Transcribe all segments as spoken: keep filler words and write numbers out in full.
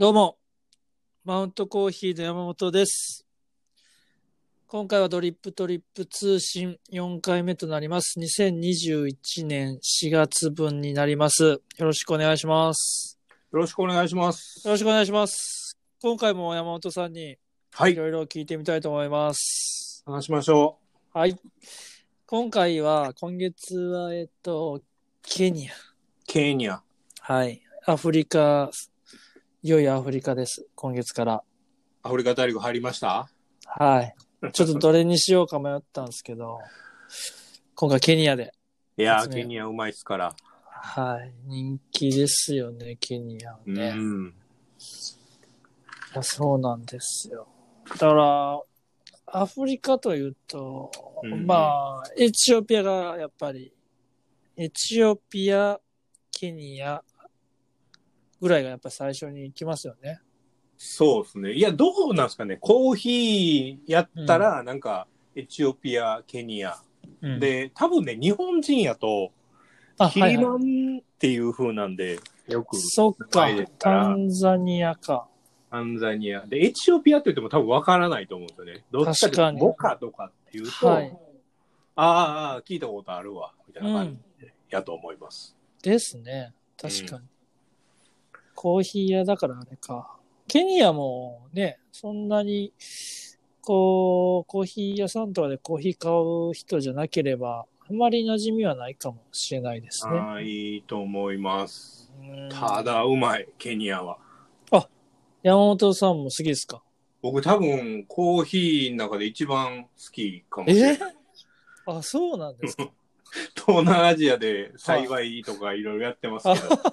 どうも、マウントコーヒーの山本です。今回はドリップトリップ通信よんかいめとなります。にせんにじゅういちねんしがつぶんになります。よろしくお願いします。 よろしくお願いします。 よろしくお願いします。今回も山本さんにいろいろ聞いてみたいと思います。 話しましょう。はい。今回は、今月は、えっと、ケニア。 ケニア。 はい。アフリカ、いよいよアフリカです。今月から。 アフリカ大陸入りました？ はい。ちょっとどれにしようか迷ったんですけど、今回ケニアで。 いやー、ケニアうまいっすから。 はい。人気ですよね、ケニアはね。うん。いや、そうなんですよ。だから、アフリカというと、うん、まあ、エチオピアがやっぱり、エチオピア、ケニアぐらいがやっぱり最初に行きますよね。 そうですね。いや、どうなんですかね。コーヒーやったら、なんか、エチオピア、ケニア。うん、で、多分ね、日本人やと、キリマンっていう風なんで、よく。 そっか、タンザニアか。 タンザニア。で、エチオピアって言っても多分わからないと思うんですよね。どっちかってモカとかっていうと、はい、ああ、ああ、聞いたことあるわ、みたいな感じで、やと思います、 うん。ですね。確かに。うん、コーヒー屋だからあれか。ケニアもね、そんなに、こう、コーヒー屋さんとかでコーヒー買う人じゃなければ、あまり馴染みはないかもしれないですね。 ああ、いいと思います。ただ、うまい、ケニアは。 あ、山本さんも好きですか？ 僕多分、コーヒーの中で一番好きかもしれない。 えー、あ、そうなんですか。 東南アジアで栽培とかいろいろやってますけど。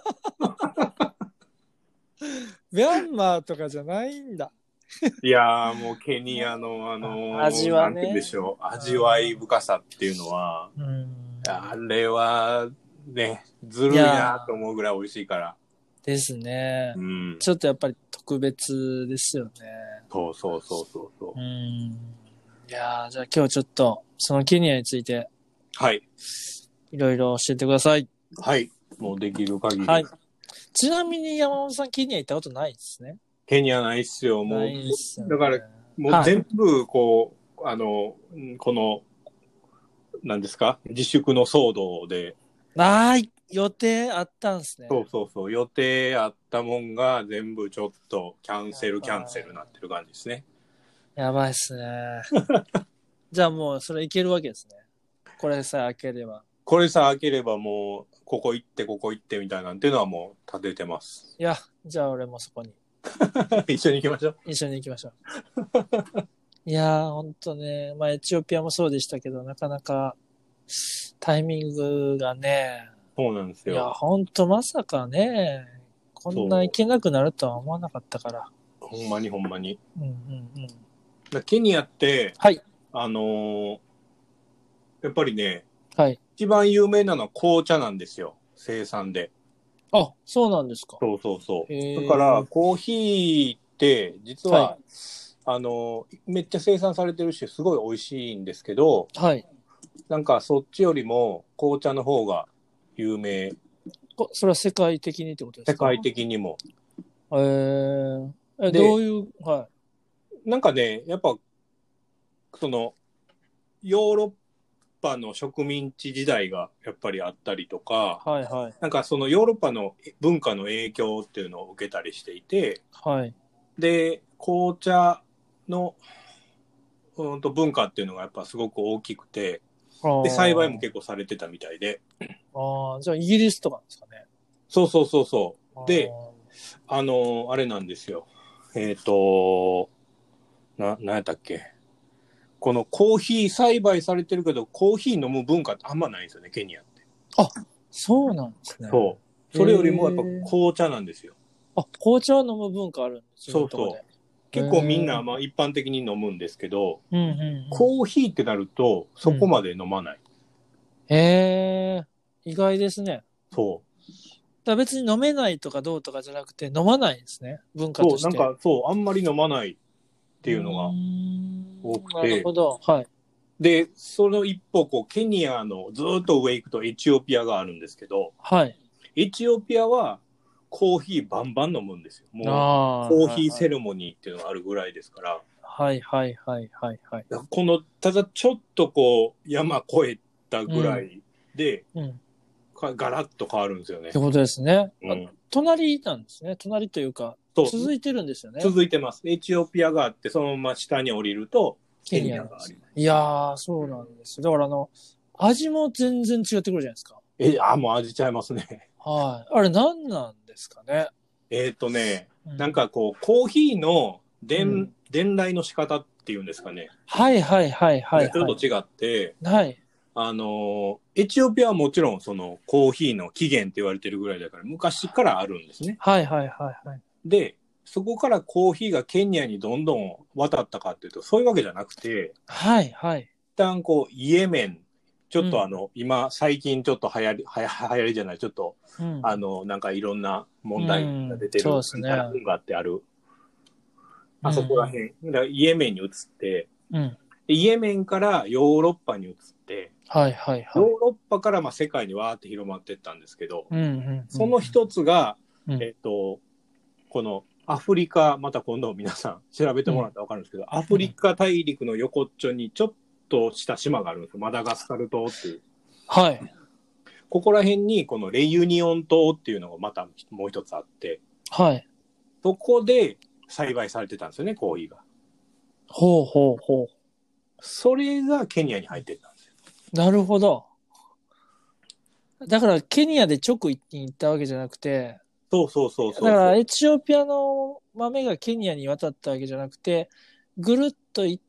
ミャンマーとかじゃないんだ。 いやー、もうケニアの、あのー、 味はね、 なんて言うんでしょう、味わい深さっていうのは、うん、あれは、ね、ずるいなと思うぐらい美味しいから。 ですね、うん。ちょっとやっぱり特別ですよね。 そうそうそうそうそう。うん、 いやー、じゃあ今日ちょっと、そのケニアについて、 はい。 いろいろ教えてください。 はい。もうできる限り。 はい。ちなみに山本さん、ケニア行ったことないですね。 ケニアないっすよ。もう、ね、だから、もう全部、こう、はい、あの、この、何ですか、自粛の騒動で。 あー、予定あったんですね。 そうそうそう。予定あったもんが全部ちょっとキャンセルキャンセルになってる感じですね。 やばいっすね。じゃあもうそれいけるわけですね。これさえ開ければ。 これさえ開ければもう、ここ行って、ここ行ってみたいなんていうのはもう立ててます。 いや、じゃあ俺もそこに。 一緒に行きましょう。 一緒に行きましょう。いやー、ほんとね、まあエチオピアもそうでしたけど、なかなかタイミングがね。 そうなんですよ。 いや、ほんとまさかね、こんな行けなくなるとは思わなかったから。 ほんまにほんまに。 うんうんうん。 だケニアって、 はい。 あのー、やっぱりね、 はい。 一番有名なのは紅茶なんですよ。生産で。 あ、そうなんですか。 そうそうそう。だから、コーヒーって、実は、はい、あの、めっちゃ生産されてるし、すごい美味しいんですけど、 はい。 なんか、そっちよりも、紅茶の方が有名。 それは世界的にってことですか？ 世界的にも。 えー、え、どういう、はい。 なんかね、やっぱ、その、ヨーロッパの植民地時代がやっぱりあったりとか、 はいはい。 なんかそのヨーロッパの文化の影響っていうのを受けたりしていて、 はい。で、 紅茶の、うん、と文化っていうのがやっぱすごく大きくて、で、栽培も結構されてたみたいで。 ああ、じゃあイギリスとかですかね。 そうそうそうそう。で、あの、あれなんですよ。えっ、ー、と、な、なんやったっけ。このコーヒー栽培されてるけど、コーヒー飲む文化ってあんまないんですよね、ケニアって。 あ、そうなんですね。 そう。それよりもやっぱ紅茶なんですよ。 あ、紅茶を飲む文化あるんですよ。 そうそう。結構みんなまあ一般的に飲むんですけど、 うんうんうん、 コーヒーってなるとそこまで飲まない。 うん、へえ、意外ですね。 そう。 だ別に飲めないとかどうとかじゃなくて飲まないんですね、文化として。 そう、なんかそう、あんまり飲まないっていうのが多くて。 なるほど。はい。 で、その一方、こう、ケニアのずっと上行くとエチオピアがあるんですけど、 はい。 エチオピアはコーヒーバンバン飲むんですよ。もうあコーヒーセレモニーっていうのがあるぐらいですから。 はいはいはいはいはい。 この、ただちょっとこう、山越えたぐらいで、 うん。 ガラッと変わるんですよね。 ってことですね。 うん、 隣なんですね。隣というか、続いてるんですよね。 続いてます。エチオピアがあって、そのまま下に降りると、ケニアがあります。 いやー、そうなんです。だからあの、味も全然違ってくるじゃないですか。 え、あ、もう味ちゃいますね。 はい。あれ何なんですかね。 えっとね、うん、なんかこう、コーヒーの伝、うん、伝来の仕方っていうんですかね。 はいはいはいはい、はい。 ちょっと違って、 はい。 あの、エチオピアはもちろんそのコーヒーの起源って言われてるぐらいだから昔からあるんですね。 はいはいはいはい。 で、そこからコーヒーがケニアにどんどん渡ったかっていうと、そういうわけじゃなくて、 はいはい。 一旦こう、イエメン、ちょっとあの、うん、今、最近ちょっと流行り、はや流行りじゃない、ちょっと、うん、あの、なんかいろんな問題が出てる、うん、そうですね。本があってある、あそこら辺、うん、だからイエメンに移って、うん、イエメンからヨーロッパに移って、 はいはいはい。 ヨーロッパからまあ世界にわーって広まっていったんですけど、 うんうんうん、 その一つが、うん、えっと、このアフリカ、また今度皆さん調べてもらったら分かるんですけど、うん、アフリカ大陸の横っちょにちょっとした島があるんですよ。マダガスカル島っていう。 はい。 ここら辺にこのレユニオン島っていうのがまたもう一つあって、 はい。 そこで栽培されてたんですよね、コーヒーが。 ほうほうほう。 それがケニアに入ってたんですよ。 なるほど。だからケニアで直行ったわけじゃなくて、 そうそうそうそう。 だからエチオピアの豆がケニアに渡ったわけじゃなくて、ぐるっと行って、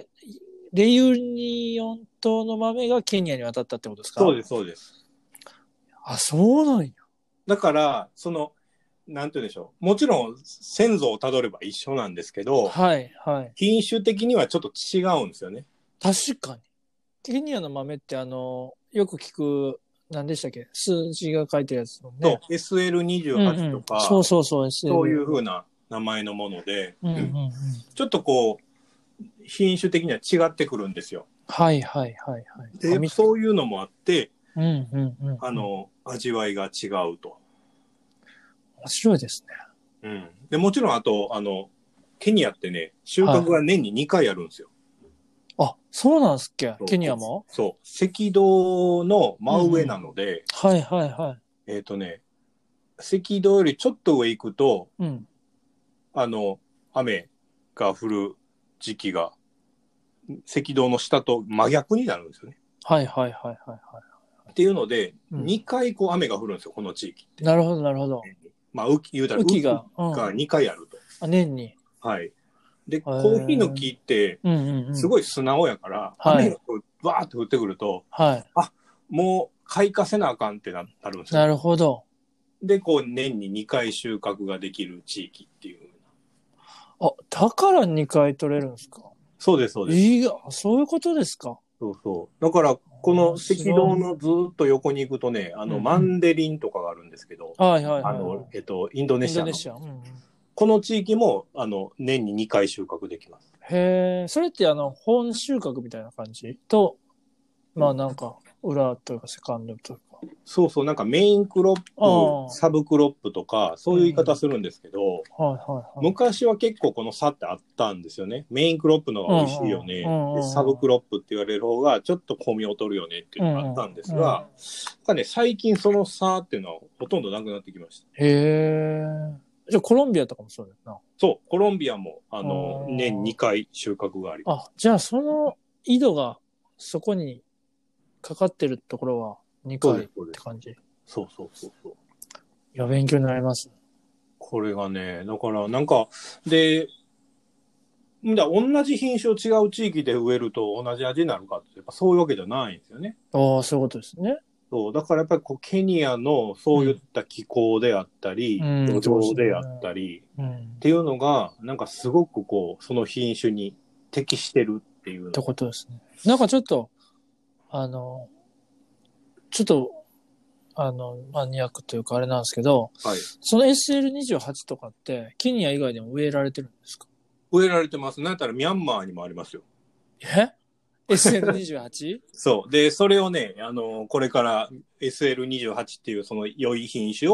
レユニオン島の豆がケニアに渡ったってことですか？ そうです、そうです。 あ、そうなんや。 だから、その、なんて言うんでしょう。もちろん先祖をたどれば一緒なんですけど、 はいはい。 品種的にはちょっと違うんですよね。 確かに。ケニアの豆ってあの、よく聞く、何でしたっけ？数字が書いてるやつのね。 そう、エスエルにじゅうはち とか、うんうん、 そうそうそう、エスエル。 そういう風な名前のもので、 うんうんうん、 ちょっとこう、品種的には違ってくるんですよ。 はいはいはいはい。 で、そういうのもあって、 うんうんうんうん、 あの、味わいが違うと。 面白いですね。うん。で、もちろんあと、あの、ケニアってね、収穫が年ににかいあるんですよ。 はい、あ、そうなんですっけ？ケニアも？ そう。赤道の真上なので、 うんうん、はいはいはい。 えっとね、赤道よりちょっと上行くと、うん、あの、雨が降る時期が、赤道の下と真逆になるんですよね。 はいはいはいはいはい。 っていうので、うん、にかいこう雨が降るんですよ、この地域って。 なるほどなるほど。 まあ、雨季言うたら、雨季がにかいあると。 あ、年に。 はい。で、コーヒーの木って、すごい素直やから、うんうんうん、雨がバーって降ってくると、はい、あ、もう開花せなあかんってなるんですよ。 なるほど。 で、こう年ににかい収穫ができる地域っていう。 あ、だからにかい取れるんですか？ そうです、そうです。 いや、そういうことですか。 そうそう。だから、この赤道のずっと横に行くとね、あの、うん、マンデリンとかがあるんですけど、 はいはいはい、はい、 あの、えっと、インドネシアの。インドネシア。うん、この地域も、あの、年ににかい収穫できます。 へえ、それってあの、本収穫みたいな感じと、まあなんか、裏というかセカンドというか。 そうそう、なんかメインクロップ、サブクロップとか、そういう言い方するんですけど、うんはいはいはい、昔は結構この差ってあったんですよね。メインクロップの方が美味しいよね、うんうんで。サブクロップって言われる方がちょっと香味を取るよねっていうのがあったんですが、うんうんね、最近その差っていうのはほとんどなくなってきました。 へえ。じゃあコロンビアとかもそうだよな。 そう、コロンビアもあの年にかい収穫があります。 あ、じゃあその緯度がそこにかかってるところはにかいって感じ。 そうそうそうそう。 いや、勉強になります。 これがね、だからなんか、で、だ同じ品種を違う地域で植えると同じ味になるかって、やっぱそういうわけじゃないんですよね。 ああ、そういうことですね。 そう、だからやっぱりこうケニアのそういった気候であったり、土壌であったり、うん、っていうのが、なんかすごくこう、その品種に適してるっていうの。 ってことですね。なんかちょっと、あの、ちょっと、あの、マニアックというかあれなんですけど、はい、その エスエルにじゅうはち とかって、ケニア以外でも植えられてるんですか？ 植えられてます。なんやったらミャンマーにもありますよ。 え エスエルにじゅうはち? そう。で、それをね、あの、これから エスエルにじゅうはち っていうその良い品種を、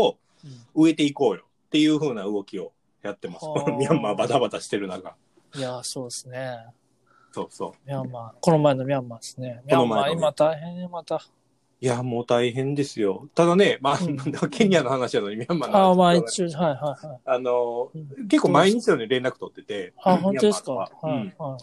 植えていこうよっていう風な動きをやってます。このミャンマーバタバタしてる中。 いや、そうですね。 そうそう。 ミャンマー、この前のミャンマーですね。ミャンマー今大変ね、また。 いや、もう大変ですよ。ただね、まあ、うん、ケニアの話なのにミャンマーの話。 ああ、まあ一応、はいはいはい。 あの、うん、結構毎日のように連絡取ってて。 あ、本当ですか。はい、 うんはい。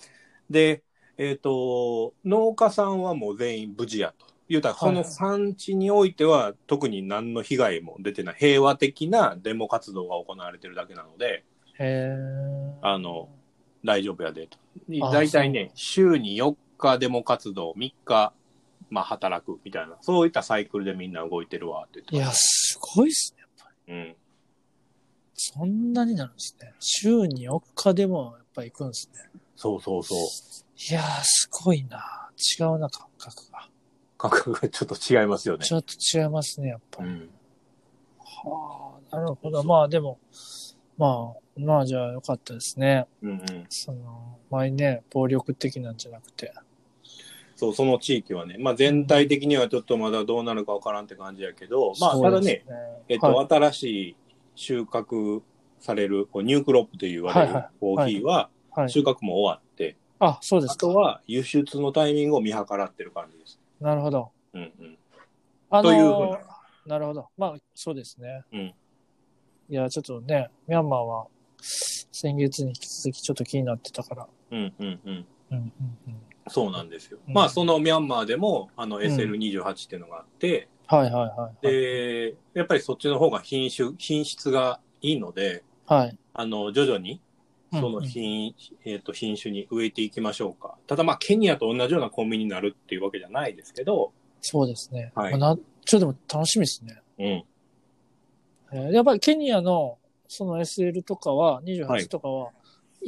で、えっ、ー、と、農家さんはもう全員無事やと。言うたら、その産地においては特に何の被害も出てない、平和的なデモ活動が行われてるだけなので、 へあの、大丈夫やでと。大体ね、週によっかデモ活動、みっか、まあ働くみたいな、そういったサイクルでみんな動いてるわって言ってました。いや、すごいっすね、やっぱり。うん。そんなになるんですね。週によっかでもやっぱ行くんですね。 そうそうそう。 いやー、すごいな。違うな、感覚が。 感覚がちょっと違いますよね。 ちょっと違いますね、やっぱり。うん、はあ、なるほど。まあでも、まあ、まあじゃあよかったですね。うんうん。その、前ね、暴力的なんじゃなくて。 そう、その地域はね、まあ全体的にはちょっとまだどうなるかわからんって感じやけど、うん、まあただね、ねえっと、はい、新しい収穫される、ニュークロップと言われるコーヒーは、収穫も終わって、 はいはい、あ、そうですか。 あとは輸出のタイミングを見計らってる感じです。 なるほど。 うんうん。 あのー、というふうな。なるほど。まあ、そうですね。 うん。 いや、ちょっとね、ミャンマーは先月に引き続きちょっと気になってたから。 うんうんうん。うんうんうん。 そうなんですよ。うん、まあ、そのミャンマーでも、あの エスエルにじゅうはち っていうのがあって、 うん、はいはいはい、はい。 で、やっぱりそっちの方が品種、品質がいいので、 はい。 あの、徐々に、その品、うんうん、えっと、品種に植えていきましょうか。ただまあ、ケニアと同じようなコンビニになるっていうわけじゃないですけど。 そうですね。 はい。 まあ、なちょっとでも楽しみですね。 うん。えー、やっぱりケニアの、その エスエル とかは、にじゅうはちとかは、はい、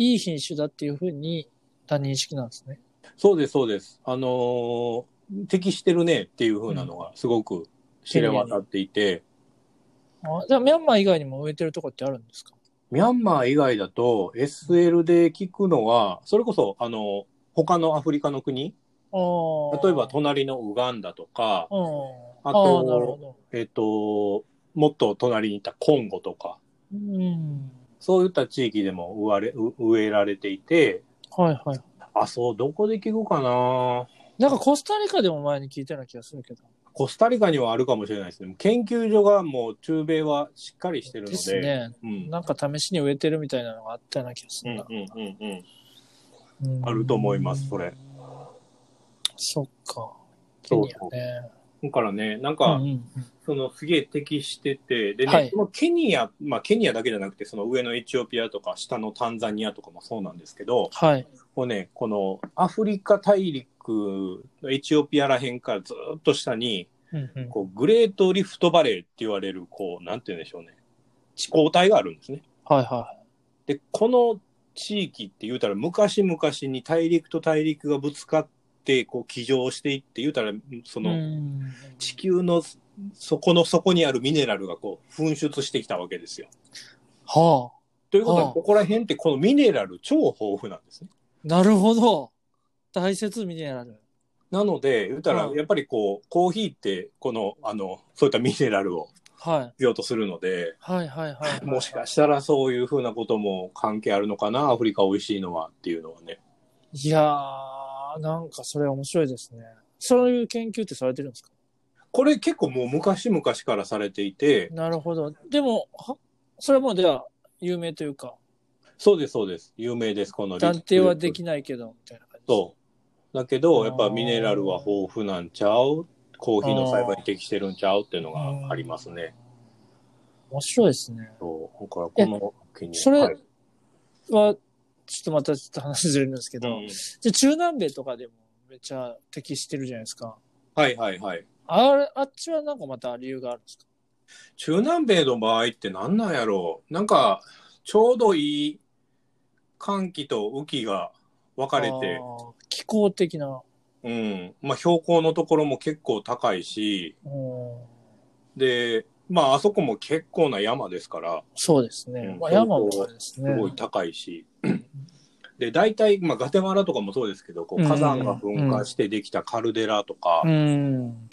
いい品種だっていうふうに、た認識なんですね。 そうです、そうです。あのー、適してるねっていうふうなのが、すごく知れ渡っていて。 うん、あ、じゃあ、ミャンマー以外にも植えてるとこってあるんですか？ ミャンマー以外だと エスエル で聞くのは、それこそ、あの、他のアフリカの国、例えば隣のウガンダとか、あと、えっと、もっと隣にいたコンゴとか、 うん、 そういった地域でも植われ植えられていて、 はいはい。 あ、そう、どこで聞くかな。 なんかコスタリカでも前に聞いたような気がするけど。 コスタリカにはあるかもしれないですね。研究所がもう中米はしっかりしてるので。 ですね。うん、なんか試しに植えてるみたいなのがあったような気がするな。 うんうんうんうん。あると思います、それ。 そっか。ケニアね。 だからね、なんか、うんうんうん、そのすげえ適してて、でね、はい、そのケニア、まあケニアだけじゃなくて、その上のエチオピアとか下のタンザニアとかもそうなんですけど、 はい。 こうね、このアフリカ大陸のエチオピアらへんからずっと下に、うんうん、こうグレートリフトバレーって言われる、こう、なんて言うんでしょうね、地高帯があるんですね。 はいはい。 で、この地域って言うたら、昔々に大陸と大陸がぶつかって、でこう起乗していって言うたらその地球の底の底にあるミネラルがこう噴出してきたわけですよ。 はあ。 ということは、ここら辺ってこのミネラル超豊富なんですね。 なるほど。大切ミネラル。 なので言うたらやっぱりこうコーヒーってこのあのそういったミネラルを必要とするので、 はい、はいはいはいはい。 もしかしたらそういうふうなことも関係あるのかな、アフリカ美味しいのはっていうのはね。 いやー、なんかそれ面白いですね。そういう研究ってされてるんですか？ これ結構もう昔々からされていて。 なるほど。でも、それはもうでは有名というか。 そうです、そうです。有名です、この断定はできないけど、みたいな感じ。 そう。だけど、やっぱミネラルは豊富なんちゃう？コーヒーの栽培に適してるんちゃうっていうのがありますね。 面白いですね。 そう。だからこの国それは、はい、ちょっとまたちょっと話ずれるんですけど、うん、じゃ中南米とかでもめっちゃ適してるじゃないですか。 はいはいはい。 あれ、あっちはなんかまた理由があるんですか？ 中南米の場合って何なんやろう。なんか、ちょうどいい寒気と雨季が分かれて。 気候的な。 うん。まあ標高のところも結構高いし、で、まああそこも結構な山ですから。 そうですね。うん、まあ、山もあれですね。 すごい高いし。で、大体、まあガテマラとかもそうですけど、こう火山が噴火してできたカルデラとか、 うん、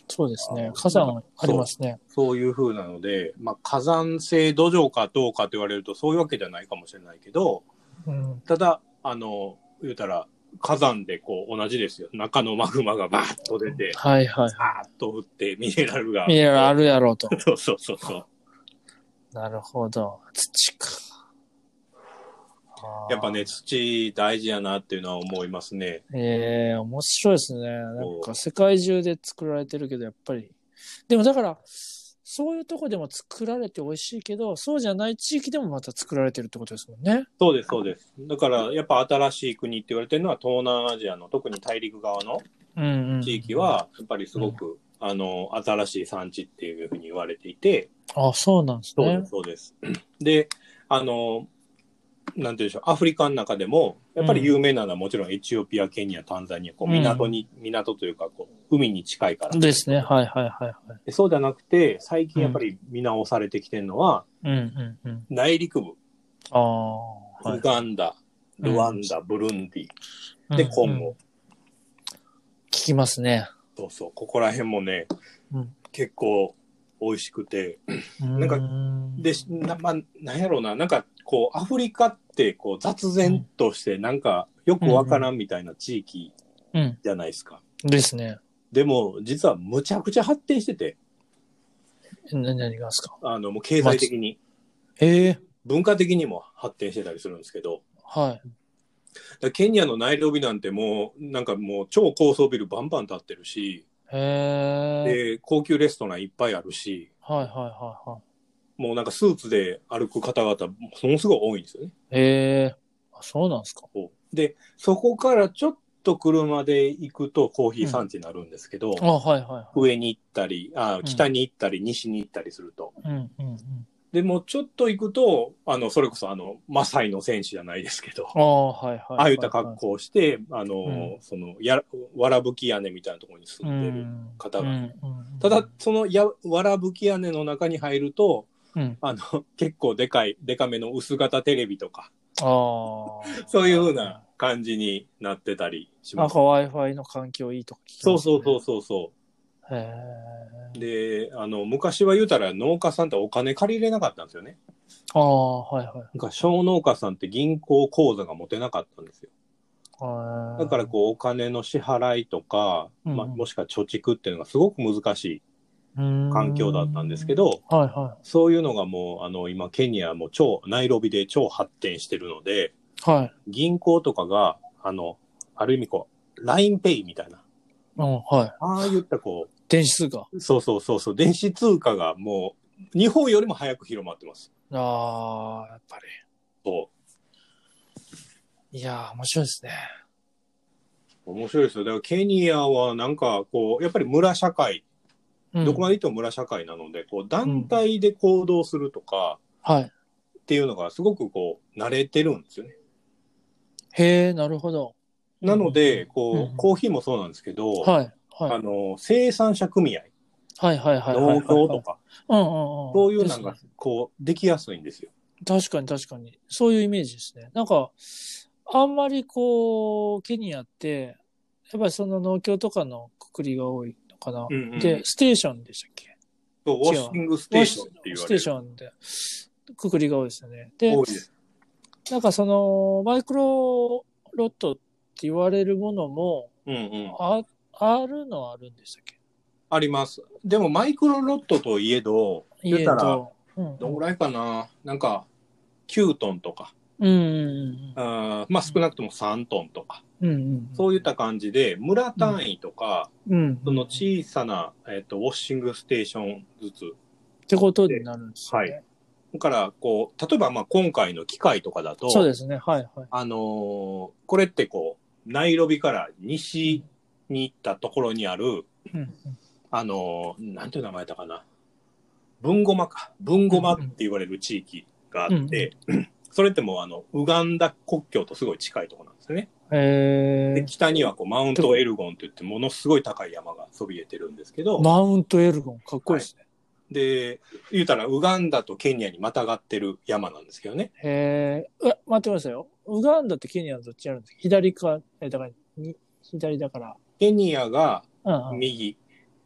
そうですね。火山ありますね。 そう、そういう風なので、まあ火山性土壌かどうかと言われるとそういうわけじゃないかもしれないけど、 うん、 ただ、あの、言うたら、火山でこう同じですよ。中のマグマがバーッと出て、 はいはいはい。 バーッと降ってミネラルが。 ミネラルあるやろうと。 そうそうそうそう。 なるほど。土か。 やっぱね、土大事やなっていうのは思いますね。 ええー、面白いですね。なんか世界中で作られてるけど、やっぱり。でもだから、そういうとこでも作られて美味しいけど、そうじゃない地域でもまた作られてるってことですもんね。 そうです、そうです。だから、やっぱ新しい国って言われてるのは東南アジアの、特に大陸側の地域は、やっぱりすごく、うんうん、あの、新しい産地っていうふうに言われていて。 あ、そうなんですね。 そうです、そうです。で、あの、なんていうんでしょう、アフリカの中でも、やっぱり有名なのはもちろんエチオピア、ケニア、タンザニア、こう港に、うん、港というかこう、海に近いから。 ですね。はいはいはい、はいで。そうじゃなくて、最近やっぱり見直されてきてるのは、 うんうんうん、 内陸部。 ああ、 はい、ウガンダ、ルワンダ、うん、ブルンディ、で、コンゴ、うんうん。 聞きますね。 そうそう、ここら辺もね、うん、結構美味しくて、なんか、で、な、まあ、なんやろうな、なんか、こう、アフリカって、こう、雑然として、なんか、よくわからんみたいな地域じゃないですか。 うんうん、ですね。 でも、実はむちゃくちゃ発展してて。 何がですか？ あの、もう経済的に。 ええー。 文化的にも発展してたりするんですけど。 はい。 だケニアのナイロビなんてもう、なんかもう超高層ビルバンバン建ってるし。 へで、高級レストランいっぱいあるし。 はいはいはいはい。 もうなんかスーツで歩く方々、ものすごい多いんですよね。 へえ、そうなんですか。 で、そこからちょっと車で行くとコーヒー産地になるんですけど、 うん、あはいはいはい、 上に行ったりあ、北に行ったり、うん、西に行ったりすると。 うんうんうん、 でもちょっと行くと、あの、それこそあの、マサイの戦士じゃないですけど、 ああ、はいはい、はい。 ああいった格好をして、あの、うん、その、や、わらぶき屋根みたいなところに住んでる方が。うんうんうん、ただ、そのや、わらぶき屋根の中に入ると、うん、あの、結構でかい、でかめの薄型テレビとか、あそういう風な感じになってたりします。 なんか Wi-Fi の環境いいとか聞きますね。 そうそうそうそうそう。 へで、あの、昔は言うたら農家さんってお金借りれなかったんですよね。 ああ、はいはい。 なんか小農家さんって銀行口座が持てなかったんですよ。だからこうお金の支払いとか、うんまあ、もしくは貯蓄っていうのがすごく難しい環境だったんですけど、 はいはい、 そういうのがもうあの今ケニアも超ナイロビで超発展してるので、はい、銀行とかがあのある意味こう ラインペイ みたいな、 うんはい、 ああいったこう電子通貨そうそうそうそう電子通貨がもう日本よりも早く広まってます。 ああやっぱりそういやー面白いですね。 面白いですよ。だからケニアはなんかこうやっぱり村社会、うん、どこまで行っても村社会なのでこう団体で行動するとか、うん、はいっていうのがすごくこう慣れてるんですよね。 へえなるほど。 なのでこう、うん、コーヒーもそうなんですけど、はいはい、あの生産者組合、 はいはいはい農協とか、 うんうんうん、 そういうのがこうできやすいんですよ。 確かに確かにそういうイメージですね。なんかあんまりこうケニアってやっぱりその農協とかのくくりが多いのかな。うんうん、でステーションでしたっけ？ そうウォッシングステーションって言われる。 ステーションでくくりが多いですよね。で、多いです。なんかそのマイクロロットって言われるものも、うんうん、あ, あるのはあるんでしたっけ？ あります。でもマイクロロットといえど、言ったら、うんうん、どんぐらいかな、なんかきゅうトンとか、うんうんうん、あまあ少なくともさんトンとか、うんうんうん、そういった感じで村単位とか、うんうん、その小さな、えーと、ウォッシングステーションずつってことになるんですよね。はい。 だからこう例えばまあ今回の機械とかだと、 そうですね、はいはい。 あのー、これってこうナイロビから西に行ったところにある、うんうん、あのー、なんていう名前だかな、ブンゴマか、ブンゴマって言われる地域があって、うんうん、それってもうあのウガンダ国境とすごい近いところなんですよね。へで北にはこうマウントエルゴンといってものすごい高い山がそびえてるんですけど、 マウントエルゴンかっこいいですね。 はい、で言うたらウガンダとケニアにまたがってる山なんですけどね。 へえ、え待ってくださいよ。ウガンダってケニアどっちあるんですか？左か、えだからに左だから。 ケニアが右、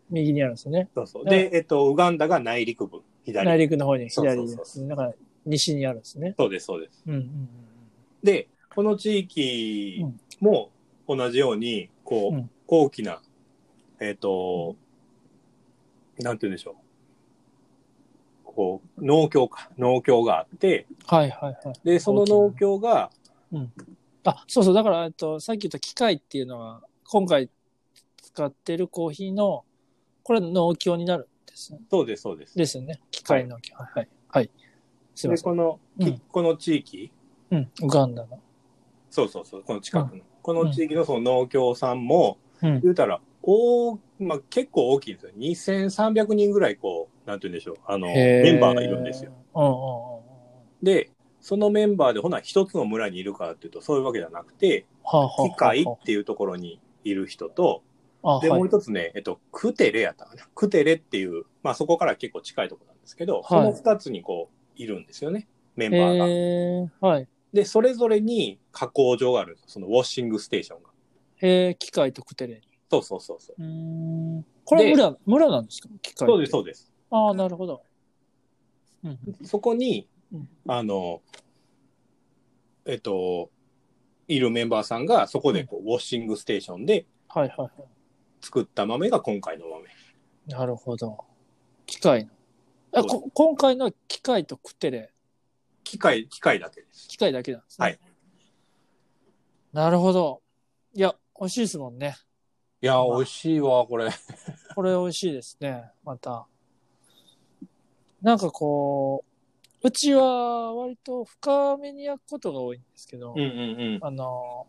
右にあるんですよね。 そうそう。で、えっと、ウガンダが内陸部、左。 内陸の方に左そうそうそうに。だから西にあるんですね。 そうです、そうです。 うんうんうんで、この地域も同じように、こう、 うん、 大きな、えっと、なんて言うんでしょう。こう、農協か。農協があって、 はいはいはい。 で、その農協が、 うん。あ、そうそう。だから、えっと、さっき言った機械っていうのは、今回使ってるコーヒーの、これ農協になるんですね。 そうです、そうです。 ですよね。機械農協。はい、はい、はい。すいまで、 せん。 この、 うん、 この地域、 うん。ウガンダの。 そうそうそう、この近くの、 うん、 この地域のその農協さんも、 うん。 言うたら、おまあ、結構大きいんですよ。にせんさんびゃくにんぐらい、こう、なんて言うんでしょう、あの、メンバーがいるんですよ。 うんうんうんうん。 で、そのメンバーで、ほな、一つの村にいるかっていうと、そういうわけじゃなくて、 はあ、はあは機械あはっていうところにいる人と、 あ、あ、 で、 はい。 もう一つね、えっと、クテレやったかな。クテレっていう、まあそこから結構近いところなんですけど、そのは二つにこう、いるんですよね、メンい。 バーが。 えー、はい。 で、それぞれに加工場があるんですよ、そのウォッシングステーションが。 えー、機械とクテレに。 そうそうそうそう。 うーん。これはで、 村、村なんですか機械そうです、 って。 そうです。 ああ、なるほど。うん、 そこに、 うん。 あの、えっと、いるメンバーさんが、そこうん。 でこうウォッシングステーションではいはいは作った豆が今回の豆。 い。なるほど。機械の。あ、 そうです。 こ、今回の機械とクテレ、 機械、機械だけです。 機械だけなんですね。 はい。 なるほど。いや、美味しいですもんね。 いや、 まあ、 美味しいわ、これ。 これ美味しいですね。また。なんかこう、うちは割と深めに焼くことが多いんですけど、 うんうんうん。 あの、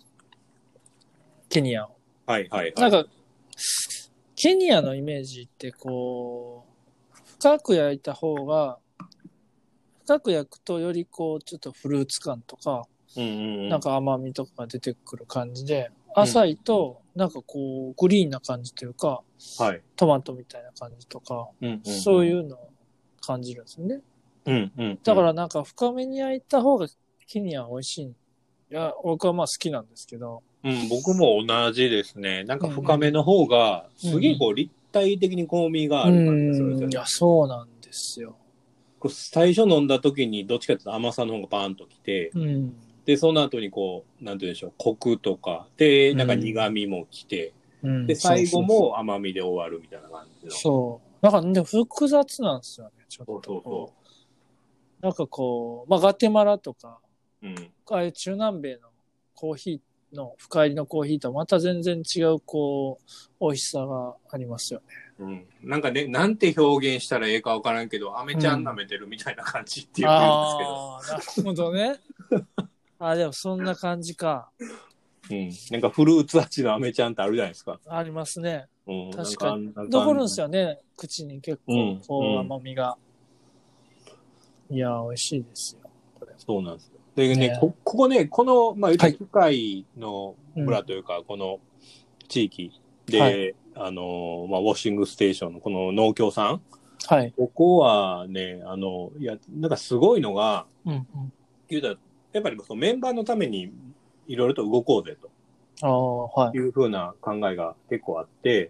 ケニアを。 はいはいはい。 なんか、ケニアのイメージってこう、深く焼いた方が、深く焼くとよりこう、ちょっとフルーツ感とか、 うんうんうん。 なんか甘みとかが出てくる感じで、 うん浅いと、なんかこう、グリーンな感じというか、 はい。 トマトみたいな感じとか、 うんうんうん、 そういうのを感じるんですよね。 うんうんうん、 だからなんか深めに焼いた方がケニアは美味しい。いや、僕はまあ好きなんですけど。 うん、僕も同じですね。なんかうん深めの方が、 うんすげえこう立体的に香味があうる感じがするんですん。うん、いよね。 や、そうなんですよ。 こう最初飲んだ時にどっちかというと甘さの方がパーンときて、 うん。 で、その後にこう、なんて言うんでしょう、コクとか、で、なんか苦うん味もきて、で、 うん、そう最後そうそう。 も甘みで終わるみたいな感じの。 そう。なんか、でも複雑なんですよね、ちょっそうとそうそこう。なんかこう、まあ、ガテマラとか、 う。うん。 ああいう中南米のコーヒーの、深入りのコーヒーとはまた全然違う、こう、美味しさがありますよね。 うん。なんかね、なんて表現したらええかわからんけど、アメちゃん舐うん。 めてるみたいな感じってよく言うんですけど。 ああ、なるほどね。あ、でもそんな感じか。 うん。なんかフルーツ味のアメちゃんってあるじゃないですか。 ありますね。 うん。なん確かに。 かあんな残るん感じ。 ですよね。口に結構、 うん。 こう、 うん。 甘みが。いやー、美味しいですよ。これ。 そうなんですよ。でね、 ね。 こここね、この、まあ、言ったはい。 ら機械のうん。 村というか、この地域はい。 で、あの、まあ、ウォッシングステーションのこの農協さん、 はい。 ここはね、あの、いや、なんかすごいのが、 うんうん。 言うたら、やっぱりそのメンバーのためにいろいろと動こうぜとああ、はい。 いうふうな考えが結構あって、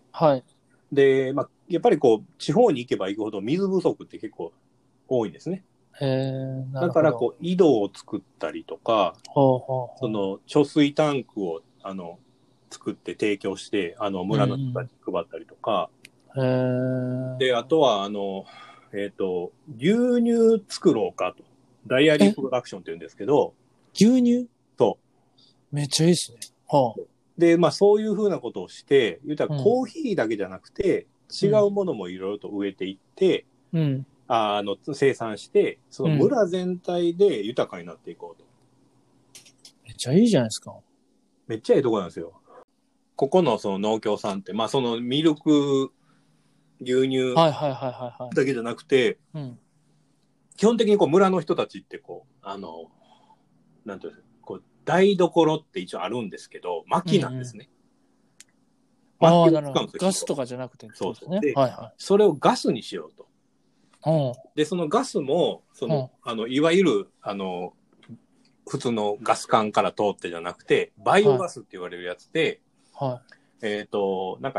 はい。 で、まあ、やっぱりこう、地方に行けば行くほど水不足って結構多いんですね。 へえ、なだるほど。 からこう、井戸を作ったりとか、 ほうほうほその貯水タンクをあの作って提供して、あのう。う村の人たんちに配ったりとか、 うん。へで、あとは、あの、えっ、と、牛乳作ろうかと。ダイアえ。 リーえ、 プロダクションって言うんですけど、 牛乳そめっちゃいいっすね。はう。で、まあそういうふうなことをして、言ったらあ。うん。 コーヒーだけじゃなくて、違うん。 うものもいろいろと植えていって、 うん。 ああの、生産して、そのうん。 村全体で豊かになっていこうと。 めっちゃいいじゃないですか。 めっちゃいいとこなんですよ。ここのその農協さんって、まあそのミルク、牛乳はいはいはいはいはい。 だけじゃなくて、 うん。 基本的にこう村の人たちってこう、あの、なんていうんですか、こう、台所って一応あるんですけど、 うんう薪なんですん。 ね。 ああ、 薪をなるほど。 使うんですよ、火と。 ガスとかじゃなくてってそうそう。 ことですね。 で、 はいはい。 それをガスにしようと。 うん。 で、そのガスも、その、 うん。 あの、いわゆる、あの、普通のガス管から通ってじゃなくて、バイオはい。 ガスって言われるやつで、 はえっ、と、なんか、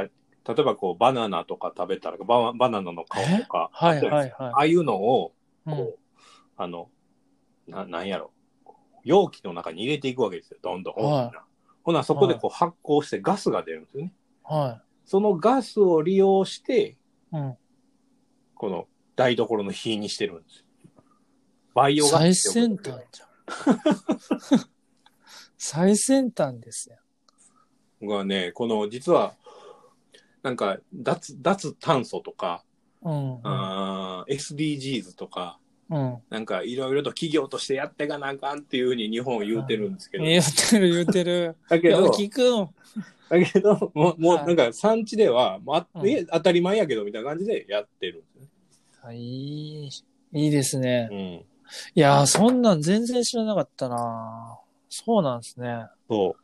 例えばこうバナナとか食べたらババナナの皮とか、 はいはいはい。 ああいうのをこう、 うん、 あのななんやろ容器の中に入れていくわけですよ。どんどん大きな。はい、ほなそこでこう発酵してガスが出るんですよね。はい。そのガスを利用して、うん、この台所の火にしてるんですよ。バイオガス。 最先端じゃん。最先端ですよ。 僕はね、この実はなんか脱脱炭素とか、うんうん、あ エスディージーズ とか、うん、なんかいろいろと企業としてやっていかなあかんっていうふうに日本は言うてるんですけど。 言ってる言ってる。 だけど、 聞くだけど、もう、もうなんか産地では、まあ、え、当たり前やけどみたいな感じでやってるんですね。 はい、いいですね。うん、いやー、そんなん全然知らなかったな。そうなんですね。そう。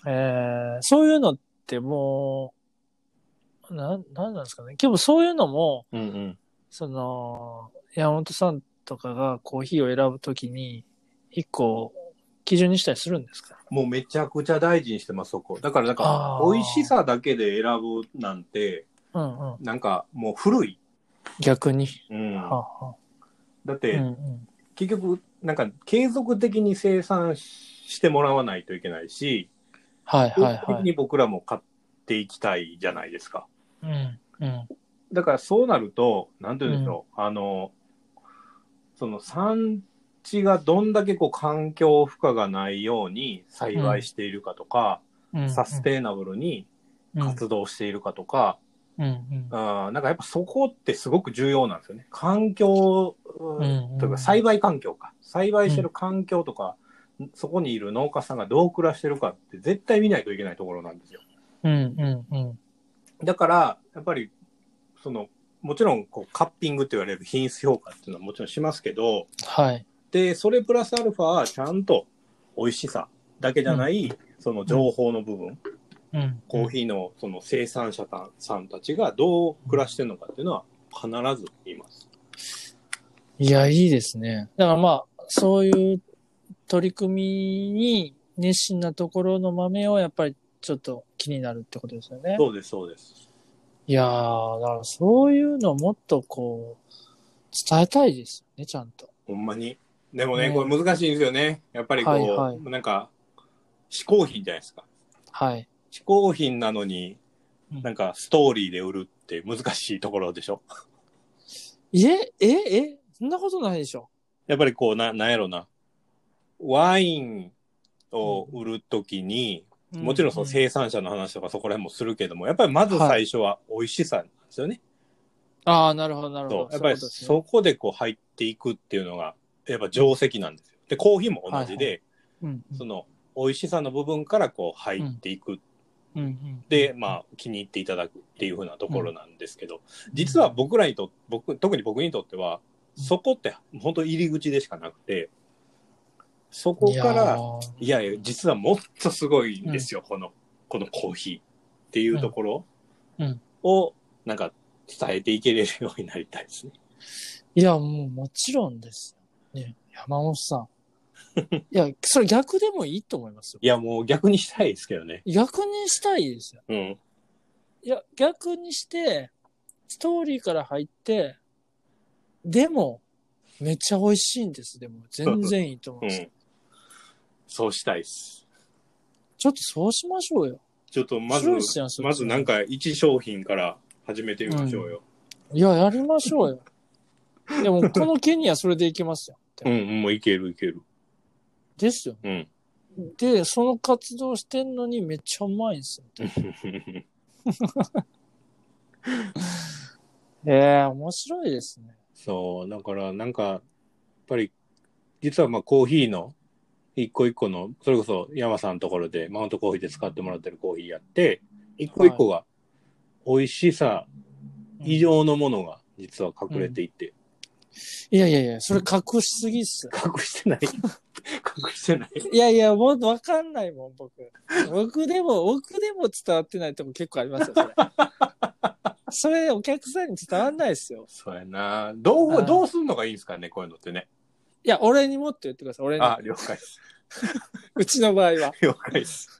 えー、そういうのってもう、な、なんなんですかね。でもそういうのも、うんうん、その、山本さんとかがコーヒーを選ぶときに、一個基準にしたりするんですか？ もうめちゃくちゃ大事にしてます、そこ。だからなんか、美味しさだけで選ぶなんて、うんうん、なんかもう古い。 逆に。 うん。ははだって、うんうん、結局、なんか継続的に生産してもらわないといけないし、はいはいはい。継続的に僕らも買っていきたいじゃないですか。うんうん。だからそうなると、なんて言うんでしょう、うん、あの、その産地がどんだけこう環境負荷がないように栽培しているかとか、うん、サステイナブルに活動しているかとか、うんうん、あなんかやっぱそこってすごく重要なんですよね。環境、うんうん、というか栽培環境か。栽培してる環境とか、うん、そこにいる農家さんがどう暮らしてるかって絶対見ないといけないところなんですよ。うんうんうん、だから、やっぱり、その、もちろんこうカッピングって言われる品質評価っていうのはもちろんしますけど、はい。で、それプラスアルファ、ちゃんと美味しさだけじゃない、うん、その情報の部分、うん、コーヒーのその生産者さんたちがどう暮らしてるのかっていうのは必ず言います。 いや、いいですね。だからまあ、そういう取り組みに熱心なところの豆をやっぱりちょっと気になるってことですよね。 そうです、そうです。 いやー、だからそういうのをもっとこう、伝えたいですよね、ちゃんと。 ほんまに。でもね、ねこれ難しいんですよね。やっぱりこう、はいはい、なんか、嗜好品じゃないですか。はい。嗜好品なのに、なんかストーリーで売るって難しいところでしょ。 え、え、え、そんなことないでしょ。 やっぱりこう、な、なんやろな。ワインを売るときに、うん、もちろんその生産者の話とかそこら辺もするけども、やっぱりまず最初は美味しさなんですよね。 はい、ああ、なるほど、なるほど。 やっぱりそこでこう入っていくっていうのが、やっぱ定石なんですよ。で、コーヒーも同じで、はいはいうんうん、その美味しさの部分からこう入っていく。うんうん、で、まあ気に入っていただくっていう風なところなんですけど、うん、実は僕らにと僕特に僕にとっては、そこって本当入り口でしかなくて、そこから、いやいや、実はもっとすごいんですよ、うん、この、このコーヒーっていうところを、なんか伝えていけれるようになりたいですね。 いや、もうもちろんです。ね、山本さん。いや、それ逆でもいいと思いますよ。 いや、もう逆にしたいですけどね。 逆にしたいですよ。うん。いや、逆にして、ストーリーから入って、でも、めっちゃ美味しいんです。でも、全然いいと思います、うん。 そうしたいです。 ちょっとそうしましょうよ。 ちょっとまず、まずなんか一商品から始めてみましょうよ。 うん、いや、やりましょうよ。でも、この件にはそれでいけますよ。 うん、もういけるいける。 ですよ。うん。で、その活動してんのにめっちゃうまいんですよ。ええー、面白いですね。 そう、だからなんか、やっぱり、実はまあコーヒーの一個一個の、それこそ山さんのところでマウントコーヒーで使ってもらってるコーヒーやって、一個一個が美味しさ以上のものが実は隠れていて。うんうん、いやいやいや、それ隠しすぎっす。 隠してない隠してないいやいや、もうわかんないもん、僕。僕でも、僕でも伝わってないとこ結構ありますよ、それ。それ、お客さんに伝わんないですよ。 そうやな。どう、どうすんのがいいんですかね、こういうのってね。 いや、俺にもって言ってください、俺に。 あ、了解です。 うちの場合は。 了解です。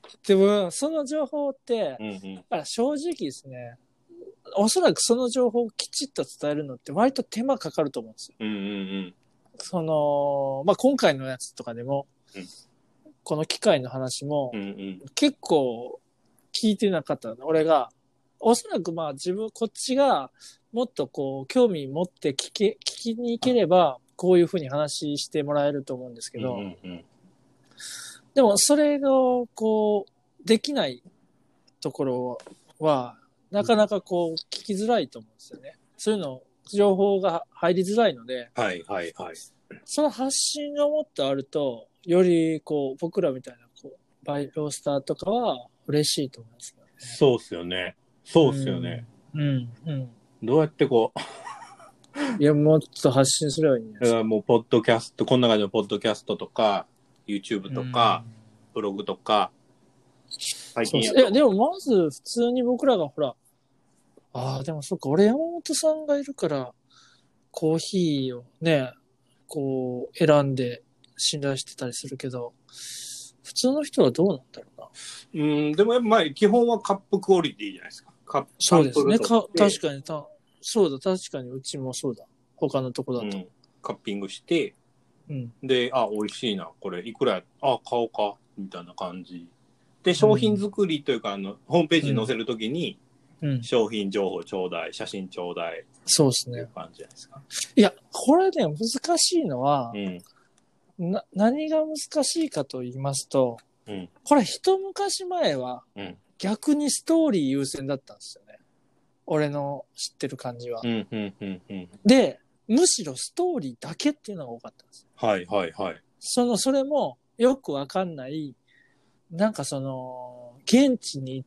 でも、その情報って、 うんうん、 だから正直ですね、おそらくその情報をきちっと伝えるのって割と手間かかると思うんですよ。 うんうんうん、 その、まあ、今回のやつとかでも、 うん、 この機械の話も、 うんうん、 結構聞いてなかったの。俺が、おそらくまあ自分、こっちがもっとこう、興味持って聞け、聞きに行ければ、こういうふうに話してもらえると思うんですけど、 うんうんうん、 でもそれがこう、できないところは、なかなかこう、聞きづらいと思うんですよね。そういうの、情報が入りづらいので、 はいはいはい。 その発信がもっとあると、よりこう、僕らみたいなこう、バイロースターとかは嬉しいと思いますけどね。 そうっすよね。そうっすよね。 うん、うん、うん。 どうやってこう、 いや、もっと発信すればいいんですよ。 もう、ポッドキャスト、この中でのポッドキャストとか、YouTube とか、ブログとか、最近やいや、でもまず普通に僕らがほら、ああ、でもそっか、俺山本さんがいるから、コーヒーをね、こう、選んで信頼してたりするけど、普通の人はどうなんだろうな。 うん、でもやっぱまあ、基本はカップクオリティじゃないですか。カップそうですね。か確かにた、そうだ、確かにうちもそうだ。他のとこだと。うん、 カッピングして、 うん、 で、あ、美味しいな、これ、いくらや、あ、買おうか、みたいな感じ。で、商品作りというか、あの、ホームページに載せるときに、うん、商品情報ちょうだい、写真ちょうだい。 そうですね。 っていう感じじゃないですか。 いや、これね、難しいのは、うん、な、何が難しいかと言いますと、うん、これ一昔前は、逆にストーリー優先だったんですよね。俺の知ってる感じは。うんうんうんうん、で、むしろストーリーだけっていうのが多かったんです。 はいはいはい。 その、それもよくわかんない、なんかその、現地に行って、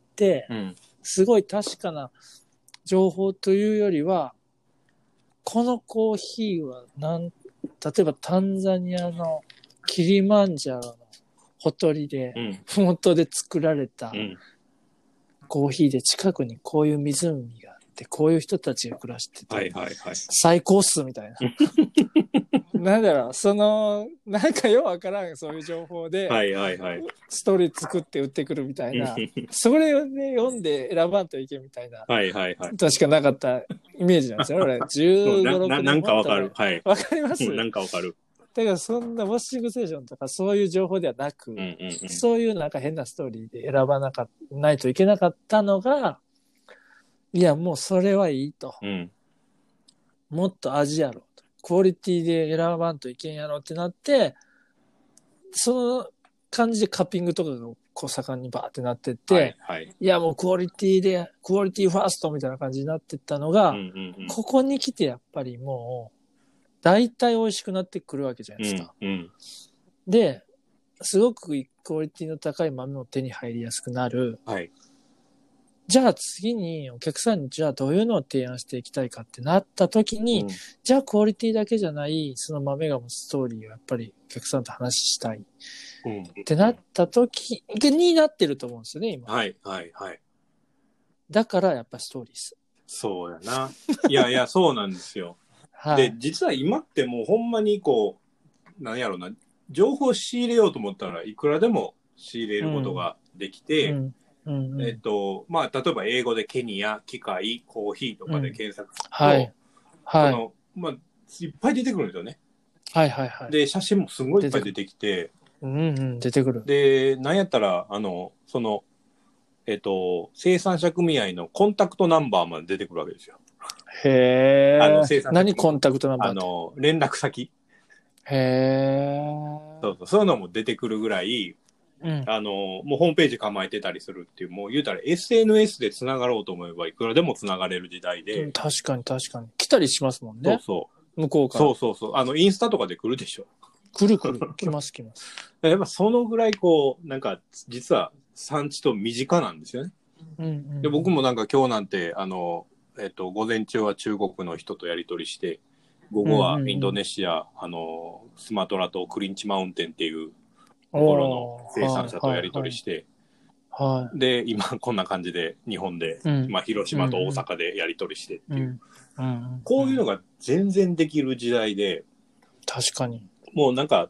すごい確かな情報というよりは、このコーヒーはなん、例えばタンザニアのキリマンジャロのほとりで、ふもとで作られたコーヒーで近くにこういう湖があって、こういう人たちが暮らしてて、はいはいはい、最高っすみたいな。なんだろう、その、なんかようわからんそういう情報で、はいはいはい、ストーリー作って売ってくるみたいな、それをね、読んで選ばんといけみたいな、はいはいはい、確かなかったイメージなんですよね、俺。じゅうご、ろくねん。 なんかわかる。はい。 わかります？ なんかわかる。 だからそんなウォッシングステーションとかそういう情報ではなく、うんうんうん、そういうなんか変なストーリーで選ばなかないといけなかったのが、いやもうそれはいいと。うん、もっと味やろうと。クオリティで選ばんといけんやろってなって、その感じでカッピングとかがこう盛んにバーってなってって、はいはい、いやもうクオリティで、クオリティファーストみたいな感じになってったのが、うんうんうん、ここに来てやっぱりもう、大体美味しくなってくるわけじゃないですか。うんうん、で、すごくクオリティの高い豆も手に入りやすくなる。はい、じゃあ次にお客さんにじゃあどういうのを提案していきたいかってなった時に、うん、じゃあクオリティだけじゃないその豆が持つストーリーをやっぱりお客さんと話したい。うん、ってなった時になってると思うんですよね、今。 はいはいはい。 だからやっぱストーリーです。 そうやな。いやいや、そうなんですよ。はい、で、実は今ってもうほんまにこう、なんやろうな、情報仕入れようと思ったらいくらでも仕入れることができて、うんうんうん、えっと、まあ、例えば英語でケニア、機械、コーヒーとかで検索すると、うん、はい。はい。その、まあ、いっぱい出てくるんですよね。 はいはいはい。 で、写真もすごいいっぱい出てきて、 うんうん、出てくる。 で、なんやったら、あの、その、えっと、生産者組合のコンタクトナンバーまで出てくるわけですよ。 へー。あの、生産者何コンタクトナンバーって？ あの、連絡先。 へー。 そうそう、そういうのも出てくるぐらい、うん、あの、もうホームページ構えてたりするっていう、もう言うたら エスエヌエス で繋がろうと思えばいくらでも繋がれる時代で。 うん、確かに確かに。来たりしますもんね。 そうそう。 向こうから。 そうそうそう。あの、インスタとかで来るでしょ。 来る来る。来ます来ます。 やっぱそのぐらいこう、なんか、実は産地と身近なんですよね。うんうんうん、で僕もなんか今日なんて、あの、えっと、午前中は中国の人とやり取りして、午後はインドネシア、うんうんうん、あの、スマトラとクリンチマウンテンっていうところの生産者とやり取りして、はいはいはい、で、今こんな感じで日本で、うん、まあ広島と大阪でやり取りしてっていう、うんうんうん、こういうのが全然できる時代で、 確かに。 もうなんか、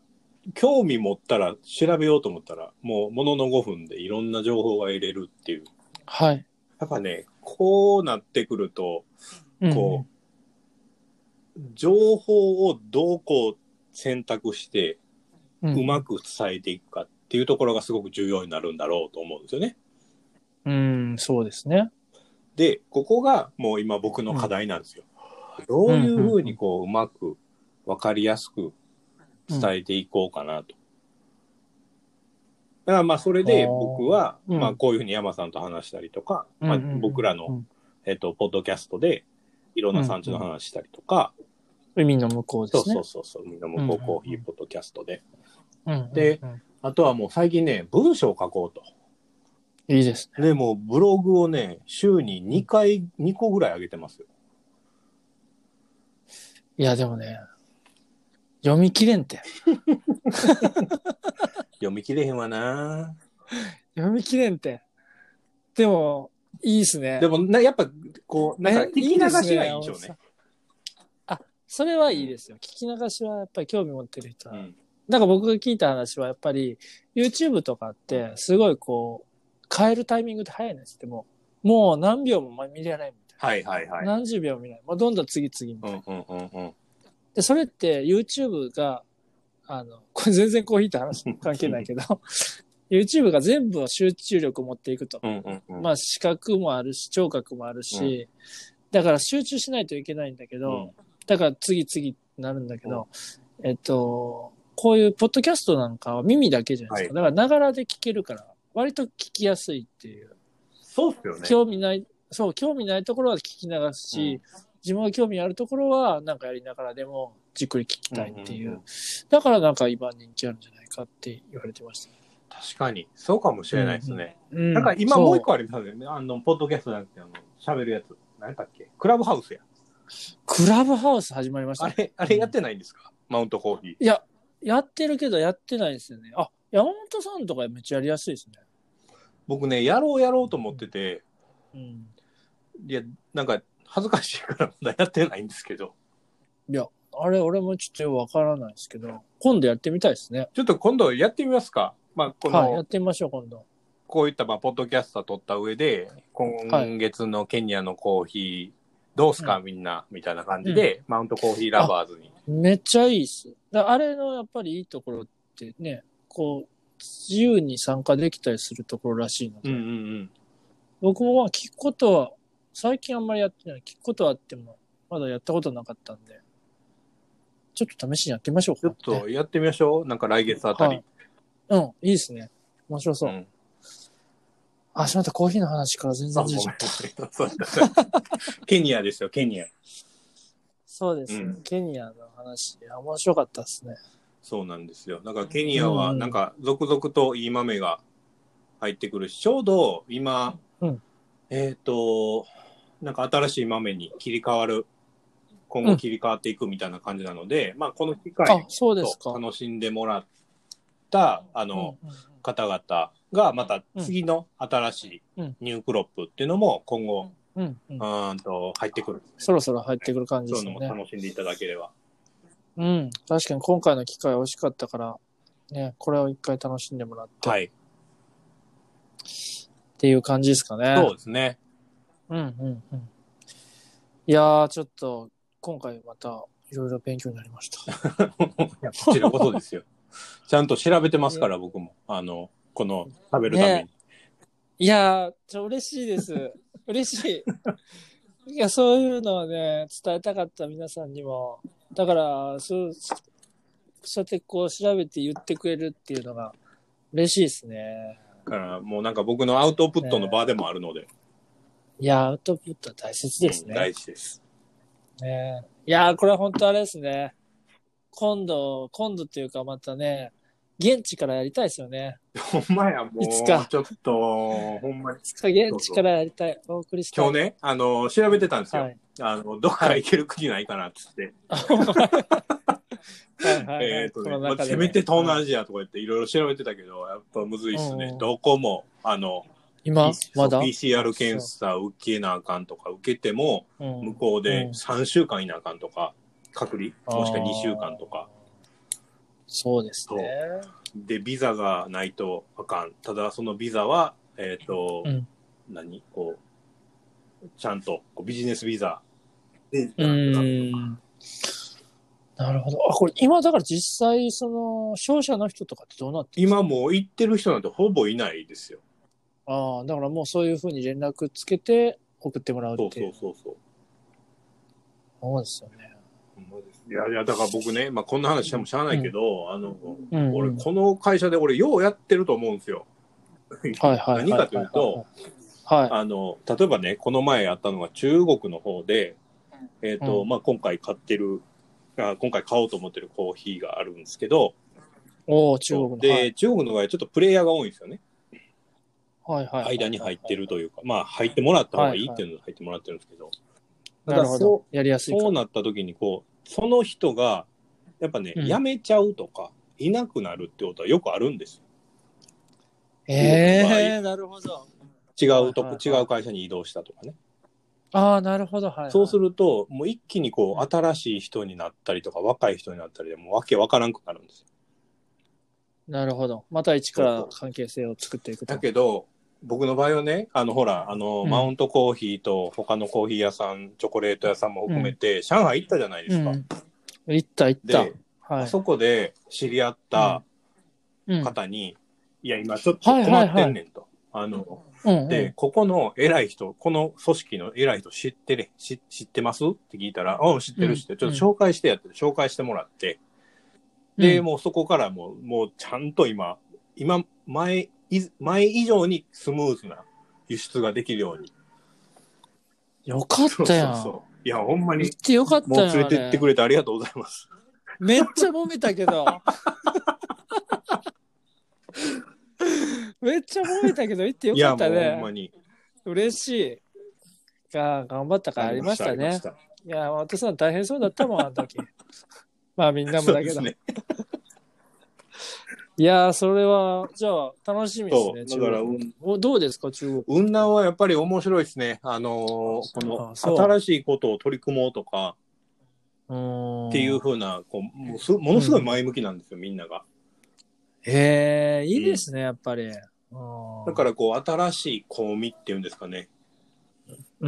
興味持ったら調べようと思ったら、もうもののごふんでいろんな情報が得れるっていう。 はい。 やっぱね、こうなってくると、こう、うん、情報をどうこう選択して、うまく伝えていくかっていうところがすごく重要になるんだろうと思うんですよね。 うん、そうですね。 で、ここがもう今僕の課題なんですよ。うん、どういうふうにこう、うまくわかりやすく伝えていこうかなと。だからまあそれで僕は、まあこういうふうに山さんと話したりとか、まあ僕らの、えっと、ポッドキャストでいろんな産地の話したりとか、 海の向こうですね。 そうそうそう、海の向こうコーヒーポッドキャストで。で、あとはもう最近ね、文章を書こうと。 いいですね。で、もうブログをね、週ににかい、にこぐらい上げてますよ。 いや、でもね、読み切れんて。 読み切れへんわな。 読み切れんて。でも、いいっすね。 でもな、やっぱ、こう、なんか聞き流しはいいでしょうね。 あ、それはいいですよ。うん、聞き流しはやっぱり興味持ってる人は。うん、だから僕が聞いた話はやっぱり YouTube とかってすごいこう、変えるタイミングって早いんですって、もう、もう何秒も見れないみたいな。はいはいはい。何十秒も見ない。もうどんどん次々みたいな。うんうんうんうん、で、それって YouTube が、あの、これ全然コーヒーって話関係ないけど、YouTube が全部集中力を持っていくと。うんうんうん、まあ視覚もあるし、聴覚もあるし、うん、だから集中しないといけないんだけど、うん、だから次々になるんだけど、うん、えっと、こういうポッドキャストなんかは耳だけじゃないですか。はい、だからながらで聞けるから、割と聞きやすいっていう。 そうっすよね。 興味ない、そう、興味ないところは聞き流すし、うん、自分が興味あるところはなんかやりながらでもじっくり聞きたいっていう。うんうんうん、だからなんか今人気あるんじゃないかって言われてました。 確かに。そうかもしれないですね。うんうん、なんか今もう一個ありますよね。あの、ポッドキャストじゃなくて、あの、喋るやつ。何だっけ？クラブハウスや。 クラブハウス始まりました、ね。 あれ、あれやってないんですか？うん、マウントコーヒー。 いや、やってるけどやってないですよね。あ、山本さんとかめっちゃやりやすいですね。 僕ね、やろうやろうと思ってて、うん、いや、なんか恥ずかしいからまだやってないんですけど。 いや、あれ、俺もちょっとよくわからないですけど、今度やってみたいですね。 ちょっと今度やってみますか。まあ、この、 はい、やってみましょう、今度。 こういった、まあ、ポッドキャスト撮った上で、今月のケニアのコーヒー、どうすか、うん、みんな、みたいな感じで、うん、マウントコーヒーラバーズに。 めっちゃいいっす。だあれのやっぱりいいところってね、こう、自由に参加できたりするところらしいので、うんうんうん、僕もまあ聞くことは、最近あんまりやってない。聞くことはあっても、まだやったことなかったんで、ちょっと試しにやってみましょうか、 ね。ちょっとやってみましょう。なんか来月あたり。 はい、うん、いいですね。面白そう。うん、あ、しまった、コーヒーの話から全然ずれちゃった。 ケニアですよ、ケニア。 そうですね、うん、ケニアの話、面白かったですね。 そうなんですよ。だからケニアは、なんか、続々といい豆が入ってくるし、ちょうど今、うん、えっと、なんか新しい豆に切り替わる、今後切り替わっていくみたいな感じなので、うん、まあ、この機会を楽しんでもらった、あの、うんうんうん、方々が、また次の新しいニュークロップっていうのも今後、うんうん、うんと入ってくる。 そろそろ入ってくる感じですね。 そういうのも楽しんでいただければ。 うん。確かに今回の機会美味しかったから、ね、これを一回楽しんでもらって。はい。っていう感じですかね。 そうですね。 うんうんうん。いやー、ちょっと、今回またいろいろ勉強になりました。 こちらこそですよ。ちゃんと調べてますから、僕も。あの、この食べるために。ね、 いやー、ちょ、嬉しいです。嬉しい。いや、そういうのをね、伝えたかった皆さんにも。だから、そう、そうやってこう調べて言ってくれるっていうのが嬉しいですね。 だからもうなんか僕のアウトプットの場でもあるので。ね、 いや、アウトプットは大切ですね。うん、 大事です。 ね、いや、これは本当あれですね。今度、今度っていうかまたね、現地からやりたいですよね。 ほんまや、もう。いつか。ちょっと、ほんまに。 いつか現地からやりたい。お送りしたい。 今日ね、あの、調べてたんですよ。はい、あの、どっか行ける国ないかなっつって。えっとね、まあ、せめて東南アジアとか言っていろいろ調べてたけど、やっぱむずいっすね。うん、どこも、あの、 今、まだピーシーアール 検査受けなあかんとか、受けても、向こうでさんしゅうかんいなあかんとか、隔離、もしくはにしゅうかんとか。 そうですね。 で、ビザがないとあかん。ただ、そのビザは、えっ、ー、と、うん、何こう、ちゃんとこうビジネスビザで。 うん。なるほど。あ、これ今だから実際、その、商社の人とかってどうなってるんですか？今もう行ってる人なんてほぼいないですよ。 ああ、だからもうそういうふうに連絡つけて送ってもらうっていう。 そうそうそうそう。 そうですよね。 いやいや、だから僕ね、まあこんな話してもしゃあないけど、うん、あの、うんうん、俺、この会社で俺、ようやってると思うんですよ。 はいはい。 何かというと、はい、あの、例えばね、この前やったのが中国の方で、えっ、ー、と、うん、まあ今回買ってる、あ、今回買おうと思ってるコーヒーがあるんですけど、 お中国の。 で、はい、中国の場合ちょっとプレイヤーが多いんですよね。 はいはい、はい。 間に入ってるというか、まあ入ってもらった方がいいっていうので入ってもらってるんですけど。はいはい、なるほど。やりやすい。そうなった時にこう、その人が、やっぱね、うん、辞めちゃうとか、いなくなるってことはよくあるんですよ。 ええー、なるほど。 違うとこ、はいはいはい、違う会社に移動したとかね。 ああ、なるほど。はい、はい。 そうすると、もう一気にこう、新しい人になったりとか、若い人になったりでもうわけわからんくなるんですよ。 なるほど。また一から関係性を作っていくと。 だけど、僕の場合はね、あの、ほら、あの、うん、マウントコーヒーと他のコーヒー屋さん、チョコレート屋さんも含めて、うん、上海行ったじゃないですか。うん、 行った行った。 で、はい、あそこで知り合った方に、うん、いや、今ちょっと困ってんねんと。はいはいはい、あの、うんうん、で、ここの偉い人、この組織の偉い人知ってる、知ってますって聞いたら、うん、知ってる知ってる、ちょっと紹介してやって、紹介してもらって、で、もうそこからもう、もうちゃんと今、今、前、前以上にスムーズな輸出ができるように。 よかったやん。そうそうそう。 いや、ほんまに。 行ってよかったやん。 もう連れてってくれてありがとうございます。 めっちゃ揉めたけど。めっちゃ揉めたけど、行ってよかったね。 いや、もうほんまに。 嬉しい。が頑張ったからありましたね。いや、私さん大変そうだったもん、あの時。まあみんなもだけど。ね、いやー、それは、じゃあ、楽しみですね。 そう、だから、うん、 どうですか、中国。 雲南はやっぱり面白いですね。あのー、この、新しいことを取り組もうとか、っていうふうな、こうもうす、ものすごい前向きなんですよ、うん、みんなが。 へえ、いいですね、うん、やっぱり。 だから、こう、新しい香味っていうんですかね。 うん。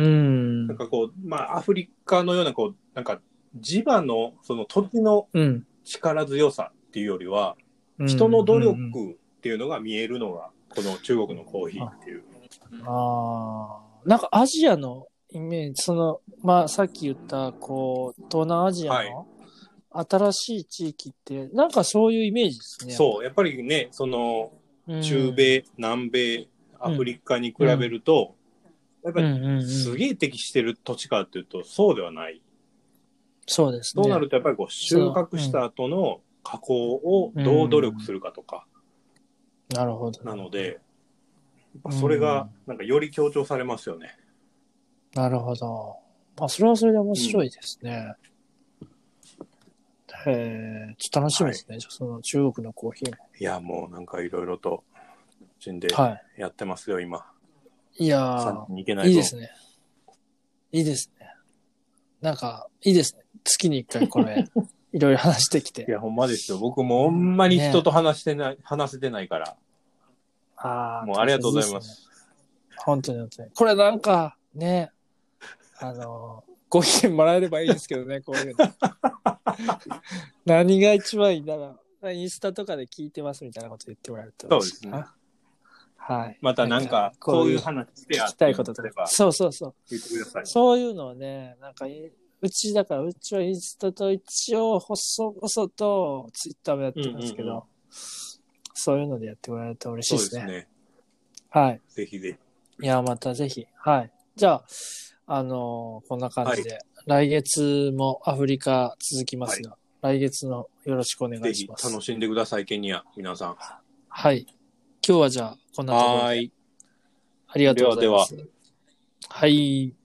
なんかこう、まあ、アフリカのような、こう、なんか、地場の、その土地の力強さっていうよりは、うん、人の努力っていうのが見えるのが、この中国のコーヒーっていう。 ああ。なんかアジアのイメージ、その、まあ、さっき言った、こう、東南アジアの新しい地域って、なんかそういうイメージですね。 そう、やっぱりね、その、中米、うん、南米、アフリカに比べると、うん、やっぱりすげえ適してる土地かっていうと、そうではない。 そうですね。 そうなると、やっぱりこう、収穫した後の加工をどう努力するかとか。 うん、なるほど。 なので、それが、なんかより強調されますよね。 なるほど。まあ、それはそれで面白いですね。うん、へえ、ちょっと楽しみですね。はい、その中国のコーヒーも。 いや、もうなんかいろいろと、ちんでやってますよ、はい、今。 いやー、いいですね。いいですね。なんか、いいですね。月に一回これ、いろいろ話してきて。 いや、ほんまですよ。僕もほんまに人と話してない、ね、話せてないから。 ああ、 もうありがとうございます。いいすね、 本当に本当に。これなんか、ね、あの、ご意見もらえればいいですけどね、こういうの。何が一番いいんだろう。インスタとかで聞いてますみたいなこと言ってもらえると。 そうですね。 はい。 またなんか、こういう話して聞きたいこととか。そうそうそう。 言ってください。 そういうのをね、なんか、うちだから、うちはインスタと一応、細々とツイッターもやってますけど、うんうんうん、そういうのでやってもらえると嬉しいですね。そうですね。はい。 ぜひぜひ。いや、またぜひ。はい。じゃあ、あのー、こんな感じで、はい、来月もアフリカ続きますが、はい、来月のよろしくお願いします。 ぜひ楽しんでください、ケニア、皆さん。 はい。今日はじゃあ、こんなところで。はい。ありがとうございます。ではでは。はい。